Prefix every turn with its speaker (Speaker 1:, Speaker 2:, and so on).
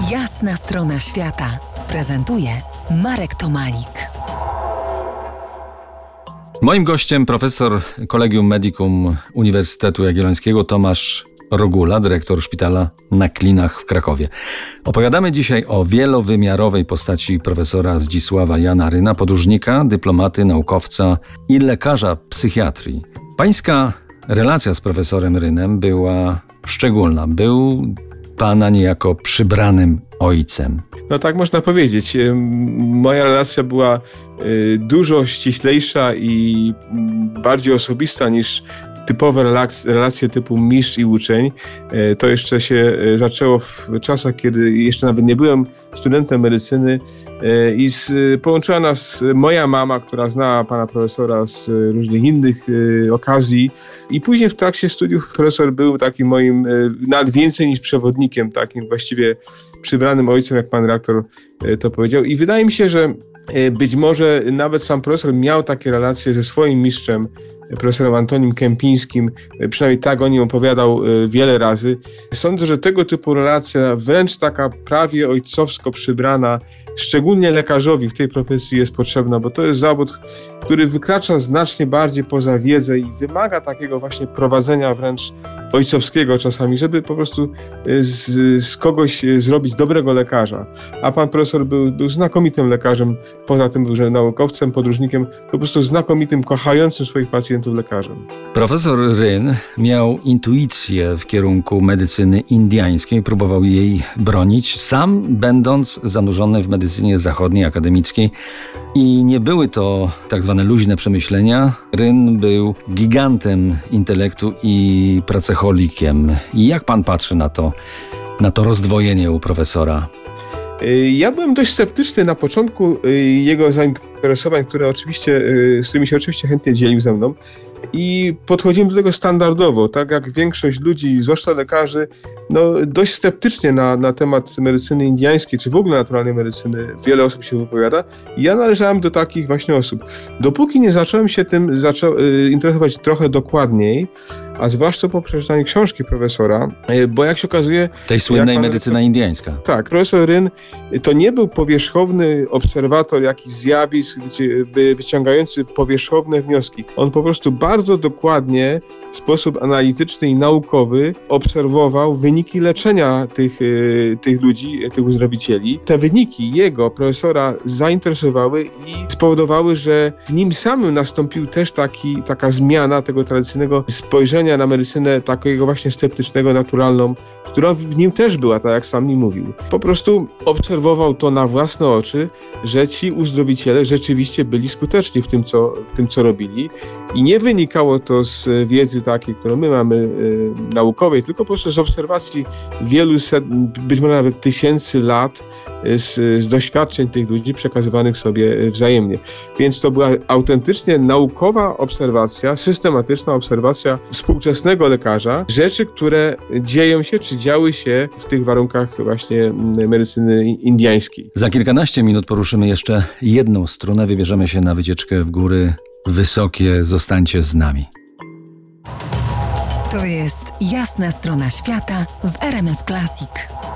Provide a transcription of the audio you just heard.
Speaker 1: Jasna strona świata prezentuje Marek Tomalik.
Speaker 2: Moim gościem profesor Collegium Medicum Uniwersytetu Jagiellońskiego Tomasz Rogula, dyrektor szpitala na Klinach w Krakowie. Opowiadamy dzisiaj o wielowymiarowej postaci profesora Zdzisława Jana Ryna, podróżnika, dyplomaty, naukowca i lekarza psychiatrii. Pańska relacja z profesorem Rynem była szczególna. Był pana niejako przybranym ojcem.
Speaker 3: No tak można powiedzieć. Moja relacja była dużo ściślejsza i bardziej osobista niż typowe relacje typu mistrz i uczeń. To jeszcze się zaczęło w czasach, kiedy jeszcze nawet nie byłem studentem medycyny i połączyła nas moja mama, która znała pana profesora z różnych innych okazji i później w trakcie studiów profesor był takim moim nawet więcej niż przewodnikiem, takim właściwie przybranym ojcem, jak pan redaktor to powiedział. I wydaje mi się, że być może nawet sam profesor miał takie relacje ze swoim mistrzem, profesorem Antonim Kępińskim, przynajmniej tak o nim opowiadał wiele razy. Sądzę, że tego typu relacja, wręcz taka prawie ojcowsko przybrana, szczególnie lekarzowi w tej profesji jest potrzebna, bo to jest zawód, który wykracza znacznie bardziej poza wiedzę i wymaga takiego właśnie prowadzenia wręcz ojcowskiego czasami, żeby po prostu z kogoś zrobić dobrego lekarza. A pan profesor był znakomitym lekarzem, poza tym był że naukowcem, podróżnikiem, po prostu znakomitym, kochającym swoich pacjentów lekarzem.
Speaker 2: Profesor Ryn miał intuicję w kierunku medycyny indyjskiej, próbował jej bronić, sam będąc zanurzony w medycynie zachodniej, akademickiej. I nie były to tak zwane luźne przemyślenia. Ryn był gigantem intelektu i pracocholikiem. I jak pan patrzy na to rozdwojenie u profesora?
Speaker 3: Ja byłem dość sceptyczny na początku jego zainteresowań, z którymi się oczywiście chętnie dzielił ze mną. I podchodziłem do tego standardowo, tak jak większość ludzi, zwłaszcza lekarzy, dość sceptycznie na temat medycyny indyjskiej, czy w ogóle naturalnej medycyny. Wiele osób się wypowiada. I ja należałem do takich właśnie osób. Dopóki nie zacząłem się tym interesować trochę dokładniej, a zwłaszcza po przeczytaniu książki profesora, bo jak się okazuje...
Speaker 2: Tej słynnej medycyna indyjska.
Speaker 3: Tak, profesor Ryn to nie był powierzchowny obserwator jakichś zjawisk, wyciągający powierzchowne wnioski. On po prostu bardzo dokładnie, w sposób analityczny i naukowy obserwował wyniki leczenia tych ludzi, tych uzdrowicieli. Te wyniki jego, profesora, zainteresowały i spowodowały, że w nim samym nastąpił też taka zmiana tego tradycyjnego spojrzenia na medycynę, takiego właśnie sceptycznego, naturalną, która w nim też była, tak jak sam mi mówił. Po prostu obserwował to na własne oczy, że ci uzdrowiciele rzeczywiście byli skuteczni w tym, co robili. I nie wynikało to z wiedzy takiej, którą my mamy naukowej, tylko po prostu z obserwacji wielu set, być może nawet tysięcy lat z doświadczeń tych ludzi przekazywanych sobie wzajemnie. Więc to była autentycznie naukowa obserwacja, systematyczna obserwacja współczesnego lekarza, rzeczy, które dzieją się, czy działy się w tych warunkach właśnie medycyny indyjskiej.
Speaker 2: Za kilkanaście minut poruszymy jeszcze jedną strunę, wybierzemy się na wycieczkę w góry wysokie. Zostańcie z nami.
Speaker 1: To jest Jasna strona świata w RMF Classic.